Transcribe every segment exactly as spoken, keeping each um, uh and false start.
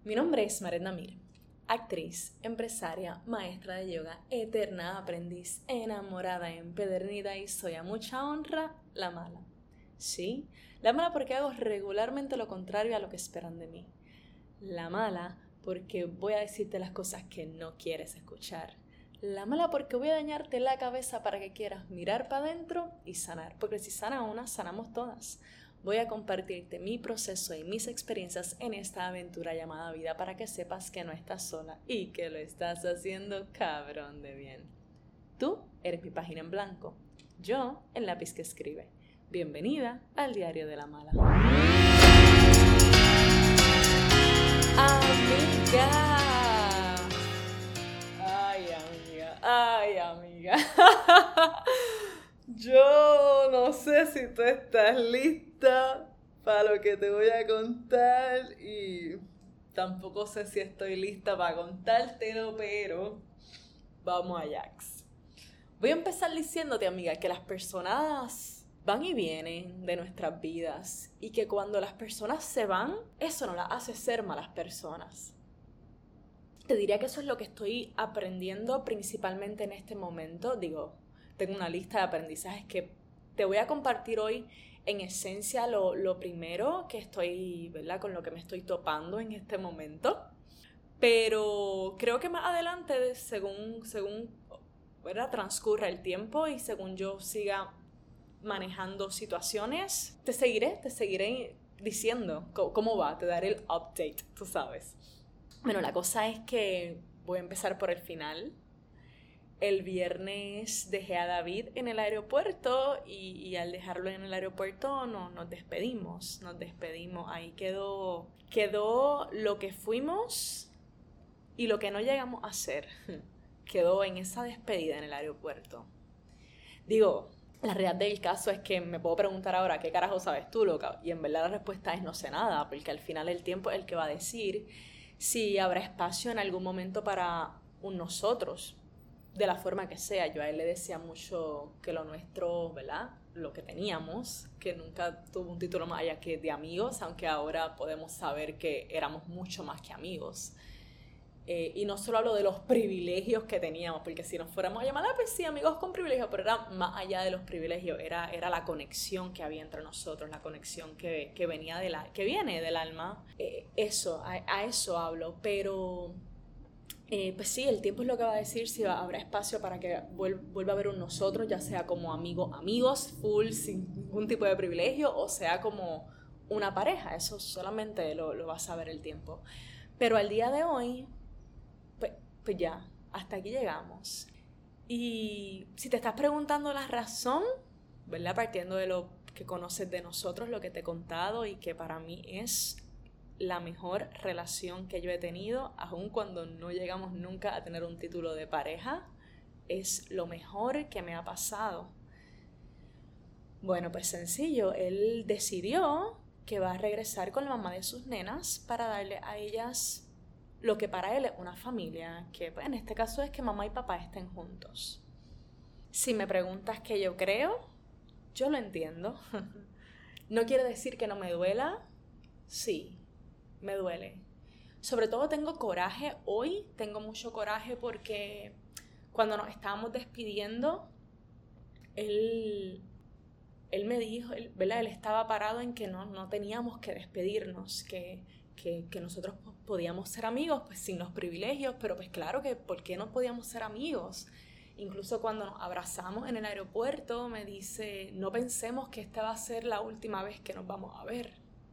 Mi nombre es Maretna Mir, actriz, empresaria, maestra de yoga, eterna aprendiz, enamorada, empedernida y soy a mucha honra la mala. Sí, la mala porque hago regularmente lo contrario a lo que esperan de mí. La mala porque voy a decirte las cosas que no quieres escuchar. La mala porque voy a dañarte la cabeza para que quieras mirar para adentro y sanar. Porque si sana una, sanamos todas. Voy a compartirte mi proceso y mis experiencias en esta aventura llamada vida para que sepas que no estás sola y que lo estás haciendo cabrón de bien. Tú eres mi página en blanco, yo el lápiz que escribe. Bienvenida al Diario de la Mala. Amiga. Ay, amiga. Ay, amiga. Yo no sé si tú estás lista para lo que te voy a contar y tampoco sé si estoy lista para contártelo, pero vamos a Jax. Voy a empezar diciéndote, amiga, que las personas van y vienen de nuestras vidas y que cuando las personas se van, eso no las hace ser malas personas. Te diría que eso es lo que estoy aprendiendo principalmente en este momento. Digo, tengo una lista de aprendizajes que te voy a compartir hoy. En esencia, lo, lo primero que estoy, ¿verdad? Con lo que me estoy topando en este momento. Pero creo que más adelante, según, según ¿verdad? transcurra el tiempo y según yo siga manejando situaciones, te seguiré, te seguiré diciendo cómo, cómo va, te daré el update, tú sabes. Bueno, la cosa es que voy a empezar por el final. El viernes dejé a David en el aeropuerto y, y al dejarlo en el aeropuerto no, nos despedimos, nos despedimos. Ahí quedó, quedó lo que fuimos y lo que no llegamos a hacer. Quedó en esa despedida en el aeropuerto. Digo, la realidad del caso es que me puedo preguntar ahora, ¿qué carajo sabes tú, loca? Y en verdad la respuesta es no sé nada, porque al final el tiempo es el que va a decir si habrá espacio en algún momento para un nosotros. De la forma que sea, yo a él le decía mucho que lo nuestro, ¿verdad? Lo que teníamos, que nunca tuvo un título más allá que de amigos, aunque ahora podemos saber que éramos mucho más que amigos. Eh, y no solo hablo de los privilegios que teníamos, porque si nos fuéramos a llamar, ah, pues sí, amigos con privilegios, pero era más allá de los privilegios, era, era la conexión que había entre nosotros, la conexión que, que, venía de la, que viene del alma. Eh, eso, a, a eso hablo, pero... Eh, pues sí, el tiempo es lo que va a decir si va, habrá espacio para que vuel, vuelva a haber un nosotros, ya sea como amigo, amigos, full, sin ningún tipo de privilegio, o sea como una pareja. Eso solamente lo, lo va a saber el tiempo. Pero al día de hoy, pues, pues ya, hasta aquí llegamos. Y si te estás preguntando la razón, ¿verdad? Partiendo de lo que conoces de nosotros, lo que te he contado y que para mí es la mejor relación que yo he tenido, aun cuando no llegamos nunca a tener un título de pareja, es lo mejor que me ha pasado. Bueno, pues sencillo, él decidió que va a regresar con la mamá de sus nenas para darle a ellas lo que para él es una familia, que pues, en este caso es que mamá y papá estén juntos. Si me preguntas qué yo creo, yo lo entiendo. ¿No quiere decir que no me duela? Sí. Me duele. Sobre todo tengo coraje hoy, tengo mucho coraje porque cuando nos estábamos despidiendo, él, él me dijo, él, ¿verdad? Él estaba parado en que no, no teníamos que despedirnos, que, que, que nosotros podíamos ser amigos, pues sin los privilegios, pero pues claro que ¿por qué no podíamos ser amigos? Incluso cuando nos abrazamos en el aeropuerto me dice, no pensemos que esta va a ser la última vez que nos vamos a ver.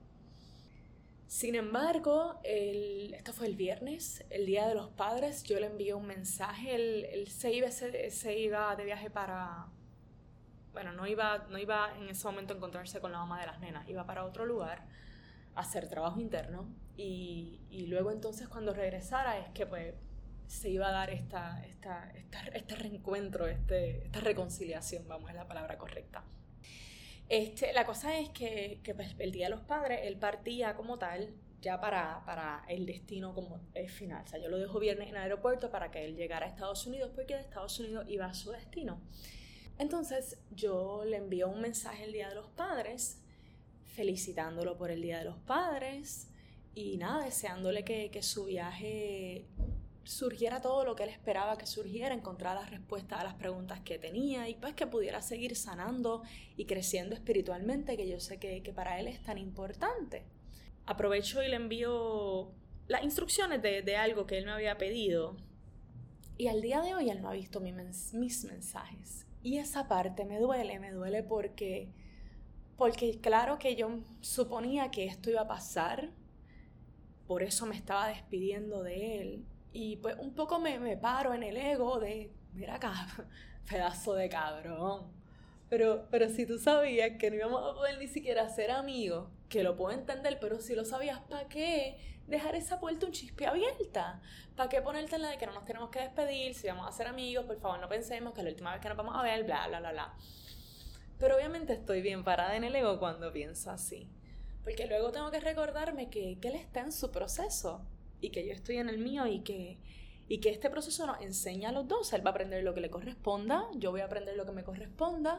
Sin embargo, el, esto fue el viernes, el Día de los Padres, yo le envié un mensaje, él, él se, iba, se, se iba de viaje para, bueno, no iba, no iba en ese momento a encontrarse con la mamá de las nenas, iba para otro lugar a hacer trabajo interno y, y luego entonces cuando regresara es que pues se iba a dar esta, esta, esta, este reencuentro, este, esta reconciliación, vamos, es la palabra correcta. Este, la cosa es que, que pues, el Día de los Padres, él partía como tal ya para, para el destino como el final. O sea, yo lo dejo viernes en el aeropuerto para que él llegara a Estados Unidos porque de Estados Unidos iba a su destino. Entonces yo le envío un mensaje el Día de los Padres felicitándolo por el Día de los Padres y nada, deseándole que, que su viaje surgiera todo lo que él esperaba que surgiera, encontrar las respuestas a las preguntas que tenía y pues que pudiera seguir sanando y creciendo espiritualmente, que yo sé que, que para él es tan importante. Aprovecho y le envío las instrucciones de, de algo que él me había pedido y al día de hoy él no ha visto mi mens- mis mensajes y esa parte me duele, me duele porque, porque claro que yo suponía que esto iba a pasar, por eso me estaba despidiendo de él. Y pues un poco me, me paro en el ego de, mira acá, pedazo de cabrón. Pero, pero si tú sabías que no íbamos a poder ni siquiera ser amigos, que lo puedo entender, pero si lo sabías, ¿para qué dejar esa puerta un chispe abierta? ¿Para qué ponerte en la de que no nos tenemos que despedir, si vamos a ser amigos, por favor no pensemos que es la última vez que nos vamos a ver, bla, bla, bla, bla? Pero obviamente estoy bien parada en el ego cuando pienso así. Porque luego tengo que recordarme que, que él está en su proceso y que yo estoy en el mío y que, y que este proceso nos enseña a los dos. Él va a aprender lo que le corresponda, yo voy a aprender lo que me corresponda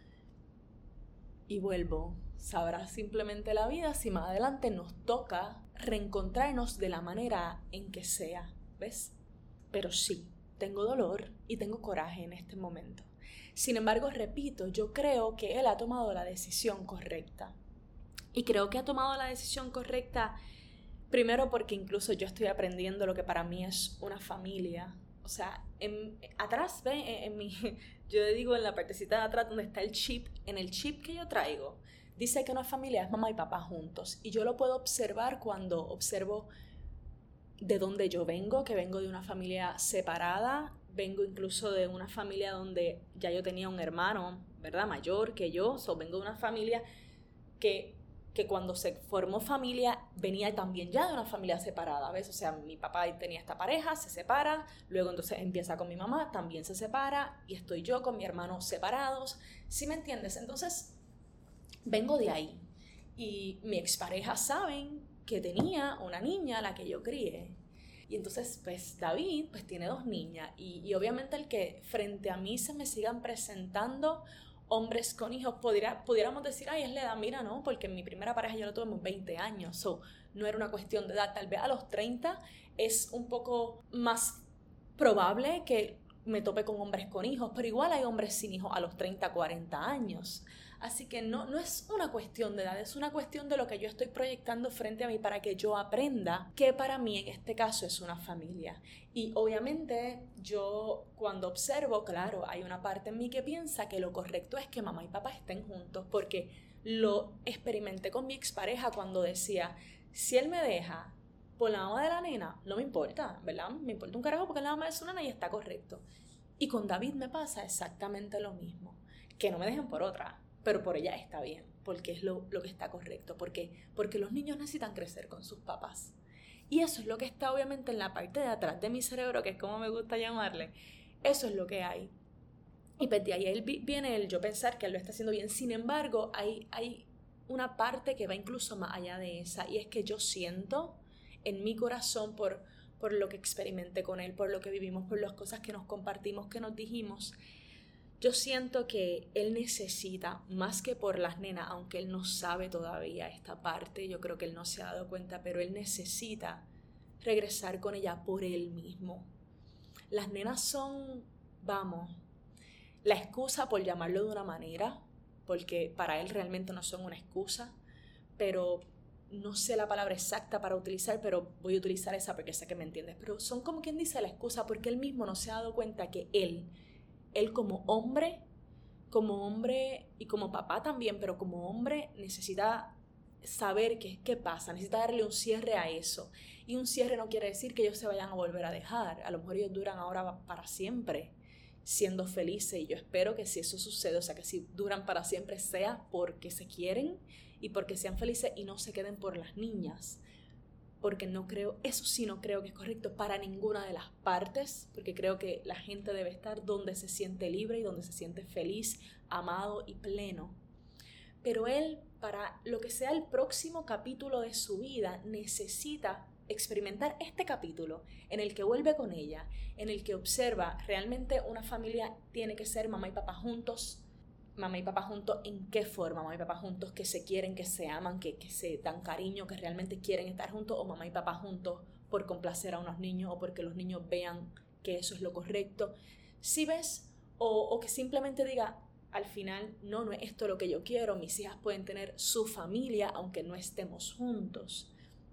y vuelvo. Sabrá simplemente la vida si más adelante nos toca reencontrarnos de la manera en que sea, ¿ves? Pero sí, tengo dolor y tengo coraje en este momento. Sin embargo, repito, yo creo que él ha tomado la decisión correcta. Y creo que ha tomado la decisión correcta primero porque incluso yo estoy aprendiendo lo que para mí es una familia. O sea, en, atrás, ¿ven? En, en mi, yo digo en la partecita de atrás donde está el chip, en el chip que yo traigo, dice que una familia es mamá y papá juntos. Y yo lo puedo observar cuando observo de dónde yo vengo, que vengo de una familia separada, vengo incluso de una familia donde ya yo tenía un hermano, ¿verdad? Mayor que yo, o so, vengo de una familia que... que cuando se formó familia venía también ya de una familia separada, ¿ves? O sea, mi papá tenía esta pareja, se separa, luego entonces empieza con mi mamá, también se separa, y estoy yo con mi hermano separados, ¿sí me entiendes? Entonces, vengo de ahí, y mi expareja saben que tenía una niña a la que yo crié, y entonces, pues, David, pues, tiene dos niñas, y, y obviamente el que frente a mí se me sigan presentando hombres con hijos, pudiera, pudiéramos decir, ay, es la edad, mira, ¿no? Porque en mi primera pareja yo lo tuve veinte años, so, no era una cuestión de edad, tal vez a los treinta es un poco más probable que me tope con hombres con hijos, pero igual hay hombres sin hijos a los treinta, cuarenta años. Así que no, no es una cuestión de edad, es una cuestión de lo que yo estoy proyectando frente a mí para que yo aprenda que para mí en este caso es una familia. Y obviamente yo cuando observo, claro, hay una parte en mí que piensa que lo correcto es que mamá y papá estén juntos, porque lo experimenté con mi expareja cuando decía, si él me deja por la mamá de la nena, no me importa, ¿verdad? Me importa un carajo porque es la mamá de su nena y está correcto. Y con David me pasa exactamente lo mismo, que no me dejen por otra, pero por ella está bien, porque es lo, lo que está correcto, porque, porque los niños necesitan crecer con sus papás. Y eso es lo que está obviamente en la parte de atrás de mi cerebro, que es como me gusta llamarle. Eso es lo que hay. Y pues de ahí él viene el yo pensar que él lo está haciendo bien. Sin embargo, hay, hay una parte que va incluso más allá de esa, y es que yo siento en mi corazón por, por lo que experimenté con él, por lo que vivimos, por las cosas que nos compartimos, que nos dijimos. Yo siento que él necesita, más que por las nenas, aunque él no sabe todavía esta parte, yo creo que él no se ha dado cuenta, pero él necesita regresar con ella por él mismo. Las nenas son, vamos, la excusa, por llamarlo de una manera, porque para él realmente no son una excusa, pero no sé la palabra exacta para utilizar, pero voy a utilizar esa porque sé que me entiendes. Pero son como quien dice la excusa porque él mismo no se ha dado cuenta que él, él como hombre, como hombre y como papá también, pero como hombre necesita saber qué, qué pasa, necesita darle un cierre a eso. Y un cierre no quiere decir que ellos se vayan a volver a dejar. A lo mejor ellos duran ahora para siempre siendo felices, y yo espero que si eso sucede, o sea que si duran para siempre, sea porque se quieren y porque sean felices y no se queden por las niñas, porque no creo, eso sí no creo que es correcto para ninguna de las partes, porque creo que la gente debe estar donde se siente libre y donde se siente feliz, amado y pleno. Pero él, para lo que sea el próximo capítulo de su vida, necesita experimentar este capítulo en el que vuelve con ella, en el que observa realmente una familia tiene que ser mamá y papá juntos, mamá y papá juntos, ¿en qué forma? Mamá y papá juntos que se quieren, que se aman, que, que se dan cariño, que realmente quieren estar juntos, o mamá y papá juntos por complacer a unos niños o porque los niños vean que eso es lo correcto. ¿Sí ves? O, o que simplemente diga, al final, no, no es esto lo que yo quiero, mis hijas pueden tener su familia aunque no estemos juntos.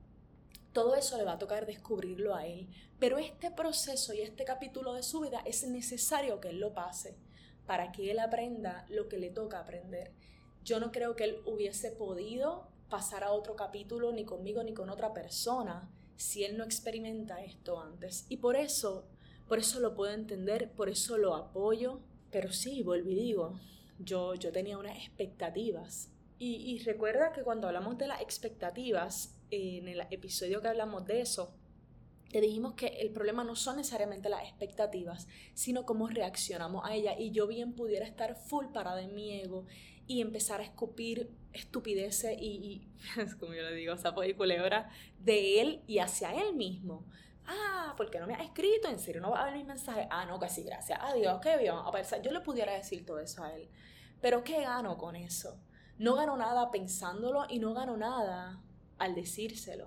Todo eso le va a tocar descubrirlo a él, pero este proceso y este capítulo de su vida es necesario que él lo pase para que él aprenda lo que le toca aprender. Yo no creo que él hubiese podido pasar a otro capítulo ni conmigo ni con otra persona si él no experimenta esto antes. Y por eso, por eso lo puedo entender, por eso lo apoyo. Pero sí, vuelvo y digo, yo, yo tenía unas expectativas. Y, y recuerda que cuando hablamos de las expectativas, en el episodio que hablamos de eso, te dijimos que el problema no son necesariamente las expectativas, sino cómo reaccionamos a ellas. Y yo bien pudiera estar full parada en mi ego y empezar a escupir estupideces y, y como yo le digo, sapo y culebra, de él y hacia él mismo. Ah, ¿por qué no me has escrito? ¿En serio no vas a ver mis mensajes? Ah, no, casi gracias a Dios, qué bien. A pensar, yo le pudiera decir todo eso a él. Pero ¿qué gano con eso? No gano nada pensándolo y no gano nada al decírselo.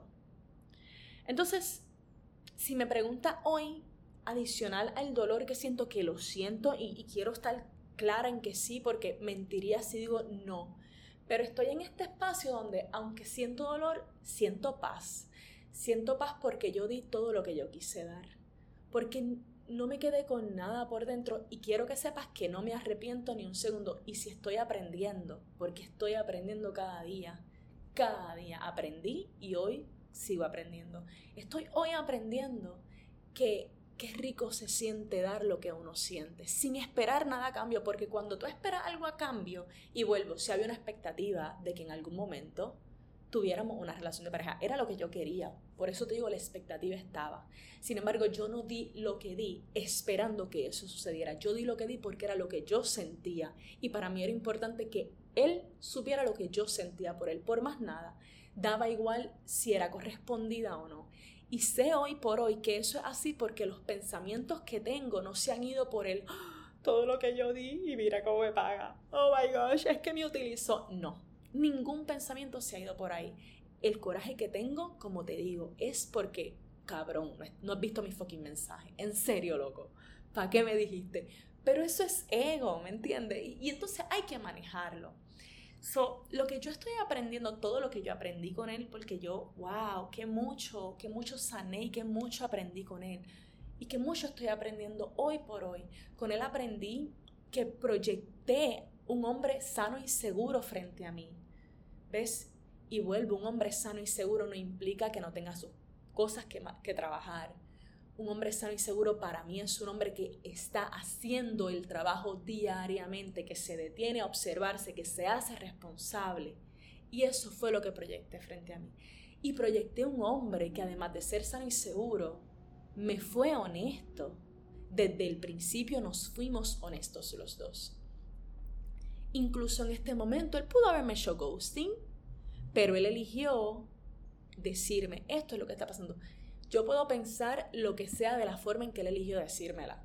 Entonces, si me pregunta hoy, adicional al dolor que siento, que lo siento y, y quiero estar clara en que sí, porque mentiría si digo no. Pero estoy en este espacio donde, aunque siento dolor, siento paz. Siento paz porque yo di todo lo que yo quise dar. Porque no me quedé con nada por dentro y quiero que sepas que no me arrepiento ni un segundo. Y si estoy aprendiendo, porque estoy aprendiendo cada día. Cada día aprendí y hoy sigo aprendiendo. Estoy hoy aprendiendo que qué rico se siente dar lo que uno siente, sin esperar nada a cambio, porque cuando tú esperas algo a cambio, y vuelvo, si había una expectativa de que en algún momento tuviéramos una relación de pareja, era lo que yo quería, por eso te digo, la expectativa estaba. Sin embargo, yo no di lo que di esperando que eso sucediera, yo di lo que di porque era lo que yo sentía, y para mí era importante que él supiera lo que yo sentía por él, por más nada. Daba igual si era correspondida o no. Y sé hoy por hoy que eso es así porque los pensamientos que tengo no se han ido por el ¡oh! Todo lo que yo di y mira cómo me paga. Oh my gosh, es que me utilizó. No, ningún pensamiento se ha ido por ahí. El coraje que tengo, como te digo, es porque, cabrón, no has visto mi fucking mensaje. En serio, loco. ¿Para qué me dijiste? Pero eso es ego, ¿me entiendes? Y, y entonces hay que manejarlo. So, lo que yo estoy aprendiendo, todo lo que yo aprendí con él, porque yo, wow, qué mucho, qué mucho sané y qué mucho aprendí con él. Y qué mucho estoy aprendiendo hoy por hoy. Con él aprendí que proyecté un hombre sano y seguro frente a mí. ¿Ves? Y vuelvo, un hombre sano y seguro no implica que no tenga sus cosas que, que trabajar. Un hombre sano y seguro para mí es un hombre que está haciendo el trabajo diariamente, que se detiene a observarse, que se hace responsable. Y eso fue lo que proyecté frente a mí. Y proyecté un hombre que además de ser sano y seguro, me fue honesto. Desde el principio nos fuimos honestos los dos. Incluso en este momento él pudo haberme hecho ghosting, pero él eligió decirme, esto es lo que está pasando. Yo puedo pensar lo que sea de la forma en que él eligió decírmela.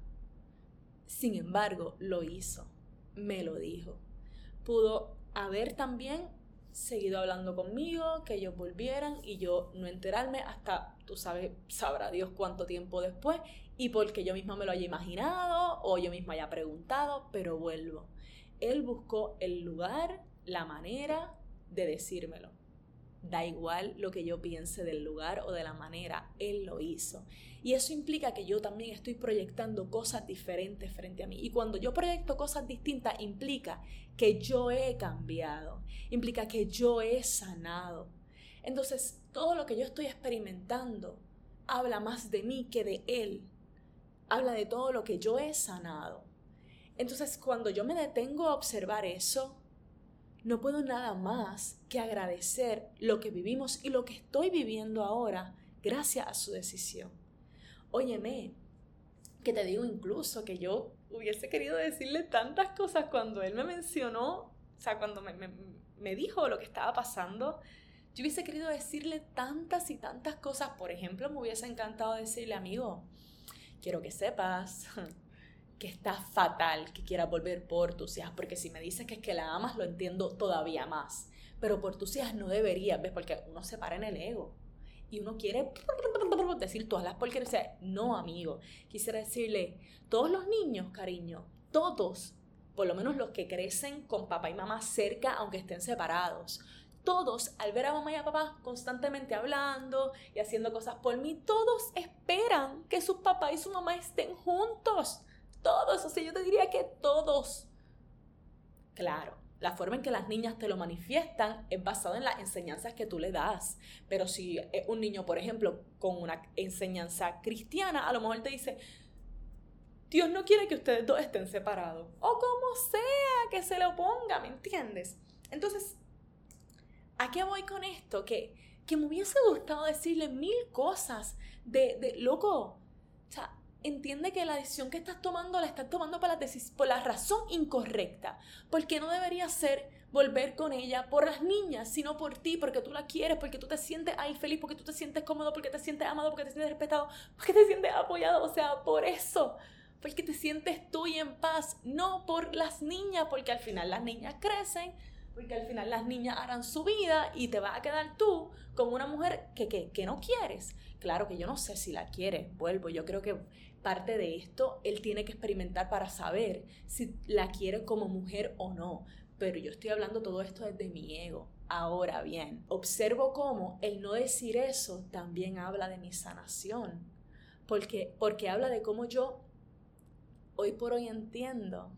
Sin embargo, lo hizo. Me lo dijo. Pudo haber también seguido hablando conmigo, que ellos volvieran y yo no enterarme hasta, tú sabes, sabrá Dios cuánto tiempo después, y porque yo misma me lo haya imaginado o yo misma haya preguntado, pero vuelvo. Él buscó el lugar, la manera de decírmelo. Da igual lo que yo piense del lugar o de la manera, él lo hizo. Y eso implica que yo también estoy proyectando cosas diferentes frente a mí. Y cuando yo proyecto cosas distintas, implica que yo he cambiado, implica que yo he sanado. Entonces, todo lo que yo estoy experimentando habla más de mí que de él. Habla de todo lo que yo he sanado. Entonces, cuando yo me detengo a observar eso, no puedo nada más que agradecer lo que vivimos y lo que estoy viviendo ahora gracias a su decisión. Óyeme, que te digo incluso que yo hubiese querido decirle tantas cosas cuando él me mencionó, o sea, cuando me, me, me dijo lo que estaba pasando, yo hubiese querido decirle tantas y tantas cosas. Por ejemplo, me hubiese encantado decirle, amigo, quiero que sepas que está fatal que quieras volver por tus hijas, porque si me dices que es que la amas, lo entiendo todavía más, pero por tus hijas no deberías, ¿ves? Porque uno se para en el ego y uno quiere decir todas las porquerías. No, amigo, quisiera decirle, todos los niños, cariño, todos, por lo menos los que crecen con papá y mamá cerca, aunque estén separados, todos, al ver a mamá y a papá constantemente hablando y haciendo cosas por mí, todos esperan que sus papás y su mamá estén juntos. Todos, o sea, yo te diría que todos. Claro, la forma en que las niñas te lo manifiestan es basada en las enseñanzas que tú le das. Pero si es un niño, por ejemplo, con una enseñanza cristiana, a lo mejor te dice, Dios no quiere que ustedes dos estén separados. O como sea que se lo ponga, ¿me entiendes? Entonces, ¿a qué voy con esto? Que, que me hubiese gustado decirle mil cosas de, de loco, o sea, entiende que la decisión que estás tomando la estás tomando por la, decis- por la razón incorrecta. Porque no debería ser volver con ella por las niñas, sino por ti, porque tú la quieres, porque tú te sientes ahí feliz, porque tú te sientes cómodo, porque te sientes amado, porque te sientes respetado, porque te sientes apoyado. O sea, por eso, porque te sientes tú y en paz, no por las niñas, porque al final las niñas crecen, porque al final las niñas harán su vida y te vas a quedar tú como una mujer que, que, que no quieres. Claro que yo no sé si la quieres, vuelvo, yo creo que parte de esto él tiene que experimentar para saber si la quiere como mujer o no, pero yo estoy hablando todo esto desde mi ego. Ahora bien, observo cómo el no decir eso también habla de mi sanación, porque, porque habla de cómo yo hoy por hoy entiendo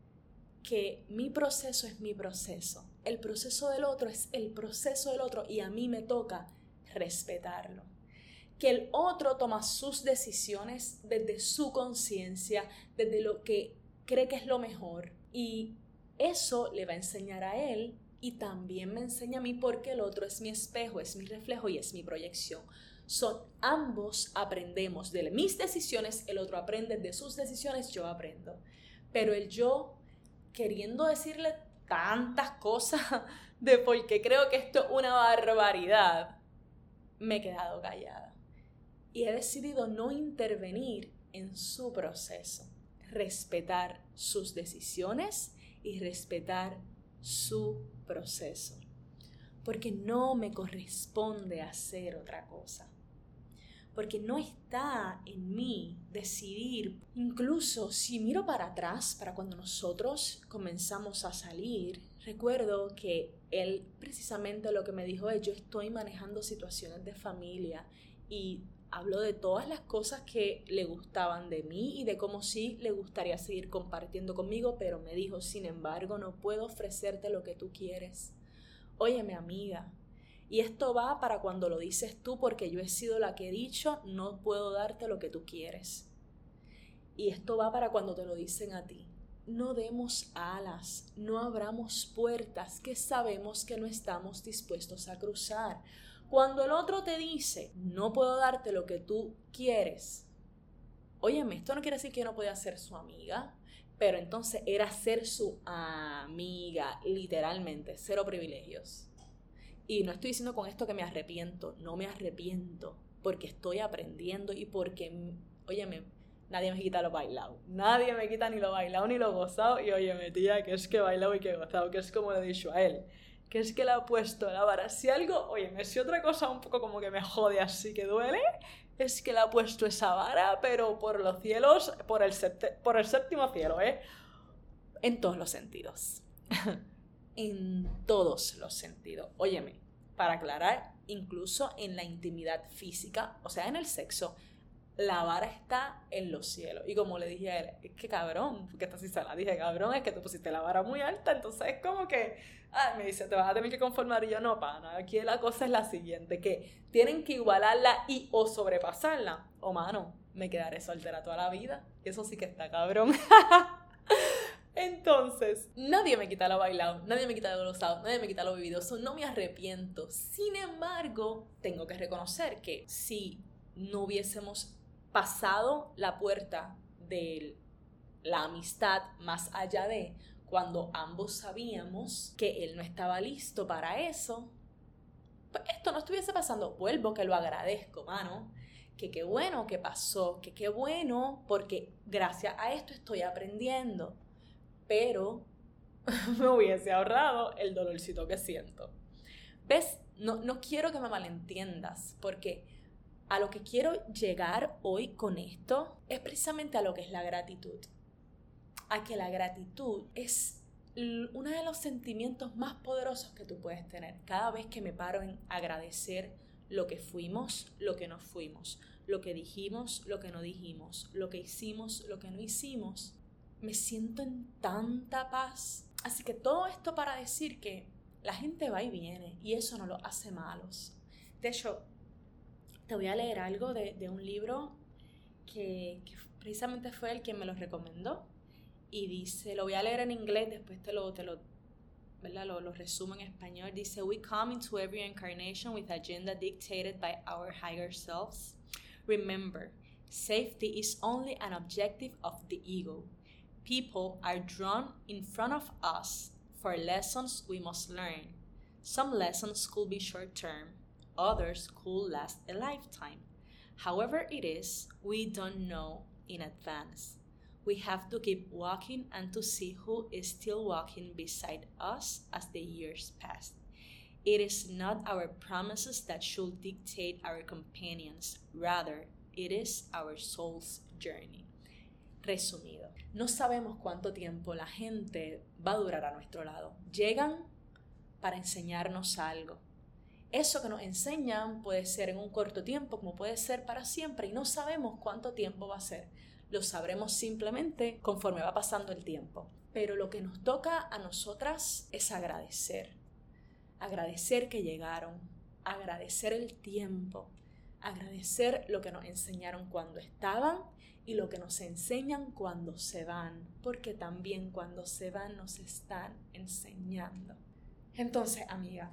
que mi proceso es mi proceso, el proceso del otro es el proceso del otro y a mí me toca respetarlo. Que el otro toma sus decisiones desde su conciencia, desde lo que cree que es lo mejor. Y eso le va a enseñar a él y también me enseña a mí porque el otro es mi espejo, es mi reflejo y es mi proyección. Son ambos aprendemos de mis decisiones, el otro aprende de sus decisiones, yo aprendo. Pero el yo queriendo decirle tantas cosas de por qué creo que esto es una barbaridad, me he quedado callada. Y he decidido no intervenir en su proceso, respetar sus decisiones y respetar su proceso, porque no me corresponde hacer otra cosa, porque no está en mí decidir. Incluso si miro para atrás, para cuando nosotros comenzamos a salir, recuerdo que él precisamente lo que me dijo es, yo estoy manejando situaciones de familia y habló de todas las cosas que le gustaban de mí y de cómo sí le gustaría seguir compartiendo conmigo, pero me dijo, sin embargo, no puedo ofrecerte lo que tú quieres. Óyeme, amiga, y esto va para cuando lo dices tú, porque yo he sido la que he dicho, no puedo darte lo que tú quieres. Y esto va para cuando te lo dicen a ti. No demos alas, no abramos puertas que sabemos que no estamos dispuestos a cruzar. Cuando el otro te dice, no puedo darte lo que tú quieres, óyeme, esto no quiere decir que yo no podía ser su amiga, pero entonces era ser su amiga, literalmente, cero privilegios. Y no estoy diciendo con esto que me arrepiento, no me arrepiento, porque estoy aprendiendo y porque, óyeme, nadie me quita lo bailado, nadie me quita ni lo bailado ni lo gozado, y óyeme, tía, que es que he bailado y que he gozado, que es como le he dicho a él, que es que le ha puesto la vara. Si algo, óyeme, si otra cosa un poco como que me jode así que duele, es que le ha puesto esa vara, pero por los cielos, por el, sept- por el séptimo cielo, ¿eh? En todos los sentidos. En todos los sentidos. Óyeme, para aclarar, incluso en la intimidad física, o sea, en el sexo, la vara está en los cielos. Y como le dije a él, es que cabrón, porque esta sí se la dije, cabrón, es que tú pusiste la vara muy alta, entonces es como que, ah, me dice, te vas a tener que conformar, y yo, no, pana, aquí la cosa es la siguiente, que tienen que igualarla y o sobrepasarla, o mano, me quedaré soltera toda la vida, eso sí que está cabrón. Entonces, nadie me quita lo bailado, nadie me quita lo gozado, nadie me quita lo vivido, eso no me arrepiento. Sin embargo, tengo que reconocer que si no hubiésemos pasado la puerta de la amistad más allá de cuando ambos sabíamos que él no estaba listo para eso, pues esto no estuviese pasando. Vuelvo que lo agradezco, mano, que qué bueno que pasó, que qué bueno porque gracias a esto estoy aprendiendo, pero me hubiese ahorrado el dolorcito que siento. ¿Ves? No, no quiero que me malentiendas, porque a lo que quiero llegar hoy con esto es precisamente a lo que es la gratitud. A que la gratitud es uno de los sentimientos más poderosos que tú puedes tener. Cada vez que me paro en agradecer lo que fuimos, lo que no fuimos, lo que dijimos, lo que no dijimos, lo que hicimos, lo que no hicimos, me siento en tanta paz. Así que todo esto para decir que la gente va y viene y eso no los hace malos. De hecho, te voy a leer algo de, de un libro que, que precisamente fue el quien me lo recomendó. Y dice, lo voy a leer en inglés, después te lo, te lo, ¿verdad? Lo, lo resumo en español. Dice, we come into every incarnation with agenda dictated by our higher selves. Remember, safety is only an objective of the ego. People are drawn in front of us for lessons we must learn. Some lessons could be short-term, others could last a lifetime. However it is, we don't know in advance. We have to keep walking and to see who is still walking beside us as the years pass. It is not our promises that should dictate our companions. Rather, it is our soul's journey. Resumido, no sabemos cuánto tiempo la gente va a durar a nuestro lado. Llegan para enseñarnos algo. Eso que nos enseñan puede ser en un corto tiempo, como puede ser para siempre, y no sabemos cuánto tiempo va a ser. Lo sabremos simplemente conforme va pasando el tiempo. Pero lo que nos toca a nosotras es agradecer. Agradecer que llegaron, agradecer el tiempo, agradecer lo que nos enseñaron cuando estaban y lo que nos enseñan cuando se van, porque también cuando se van nos están enseñando. Entonces, amiga,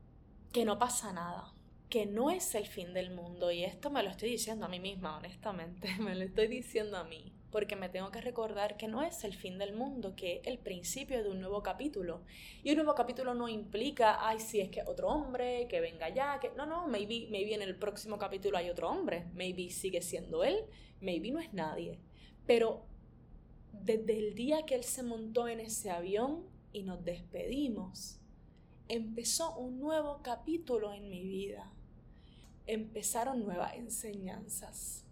que no pasa nada, que no es el fin del mundo, y esto me lo estoy diciendo a mí misma, honestamente, me lo estoy diciendo a mí, porque me tengo que recordar que no es el fin del mundo, que es el principio de un nuevo capítulo, y un nuevo capítulo no implica, ay, si es que otro hombre, que venga ya, que no, no, maybe, maybe en el próximo capítulo hay otro hombre, maybe sigue siendo él, maybe no es nadie, pero desde el día que él se montó en ese avión y nos despedimos, empezó un nuevo capítulo en mi vida. Empezaron nuevas enseñanzas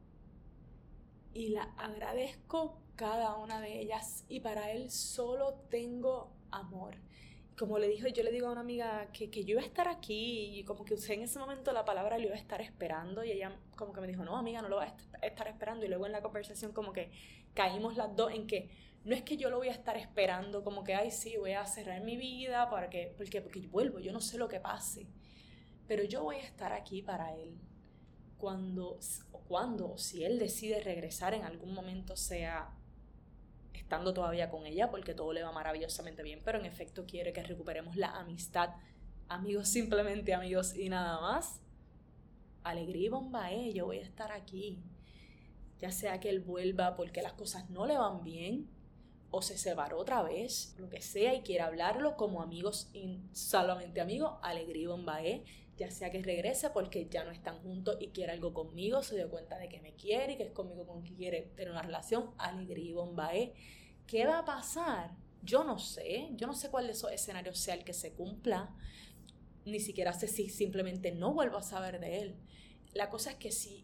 y la agradezco cada una de ellas, y para él solo tengo amor. Como le dije, yo le digo a una amiga que, que yo iba a estar aquí, y como que usé en ese momento la palabra lo iba a estar esperando, y ella como que me dijo, no amiga, no lo vas a estar esperando, y luego en la conversación como que caímos las dos en que no es que yo lo voy a estar esperando como que, ay sí, voy a cerrar mi vida para que, porque, porque yo vuelvo, yo no sé lo que pase. Pero yo voy a estar aquí para él cuando, cuando, si él decide regresar en algún momento, sea estando todavía con ella, porque todo le va maravillosamente bien, pero en efecto quiere que recuperemos la amistad, amigos, simplemente amigos y nada más. Alegría y bombaé, yo voy a estar aquí. Ya sea que él vuelva porque las cosas no le van bien, o se separó otra vez, lo que sea, y quiere hablarlo como amigos y solamente amigos, alegría y bombaé. Ya sea que regrese porque ya no están juntos y quiere algo conmigo, se dio cuenta de que me quiere y que es conmigo con quien quiere tener una relación, alegría y bombaé. ¿Qué va a pasar? Yo no sé, yo no sé cuál de esos escenarios sea el que se cumpla, ni siquiera sé si simplemente no vuelvo a saber de él. La cosa es que si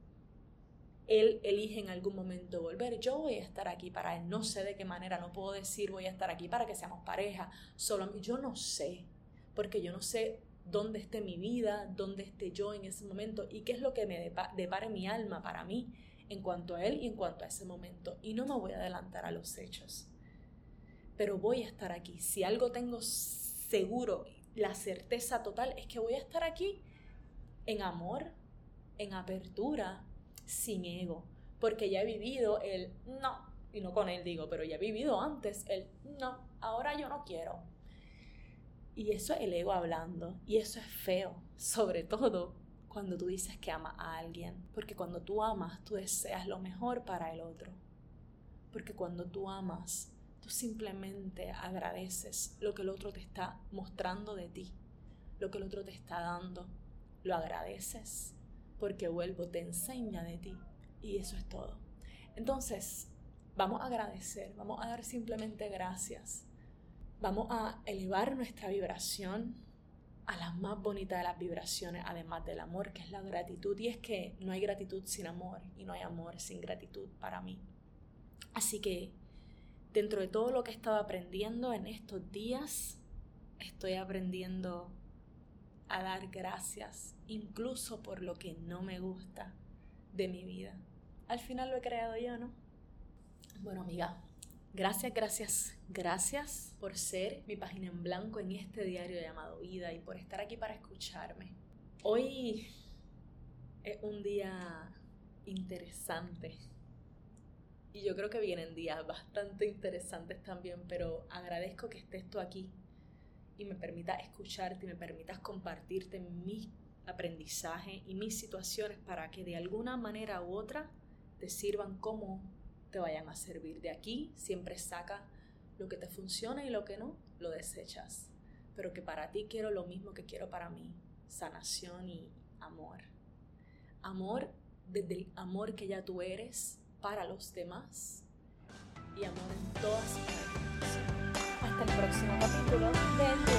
él elige en algún momento volver, yo voy a estar aquí para él. No sé de qué manera, no puedo decir voy a estar aquí para que seamos pareja, solo yo no sé, porque yo no sé dónde esté mi vida, dónde esté yo en ese momento y qué es lo que me depare mi alma para mí en cuanto a él y en cuanto a ese momento, y no me voy a adelantar a los hechos, pero voy a estar aquí. Si algo tengo seguro, la certeza total es que voy a estar aquí en amor, en apertura, sin ego, porque ya he vivido el no, y no con él digo, pero ya he vivido antes el no, ahora yo no quiero. Y eso es el ego hablando, y eso es feo, sobre todo cuando tú dices que amas a alguien, porque cuando tú amas, tú deseas lo mejor para el otro, porque cuando tú amas, tú simplemente agradeces lo que el otro te está mostrando de ti, lo que el otro te está dando, lo agradeces, porque vuelvo, te enseña de ti. Y eso es todo. Entonces, vamos a agradecer, vamos a dar simplemente gracias. Vamos a elevar nuestra vibración a la más bonita de las vibraciones, además del amor, que es la gratitud. Y es que no hay gratitud sin amor y no hay amor sin gratitud para mí. Así que, dentro de todo lo que he estado aprendiendo en estos días, estoy aprendiendo a dar gracias, incluso por lo que no me gusta de mi vida. Al final lo he creado yo, ¿no? Bueno, amiga, gracias, gracias, gracias por ser mi página en blanco en este diario llamado vida y por estar aquí para escucharme. Hoy es un día interesante y yo creo que vienen días bastante interesantes también, pero agradezco que estés tú aquí y me permitas escucharte y me permitas compartirte mi aprendizaje y mis situaciones para que de alguna manera u otra te sirvan como te vayan a servir. De aquí siempre saca lo que te funciona y lo que no, lo desechas. Pero que para ti quiero lo mismo que quiero para mí, sanación y amor. Amor desde el amor que ya tú eres para los demás y amor en todas sus manifestaciones. Hasta el próximo capítulo de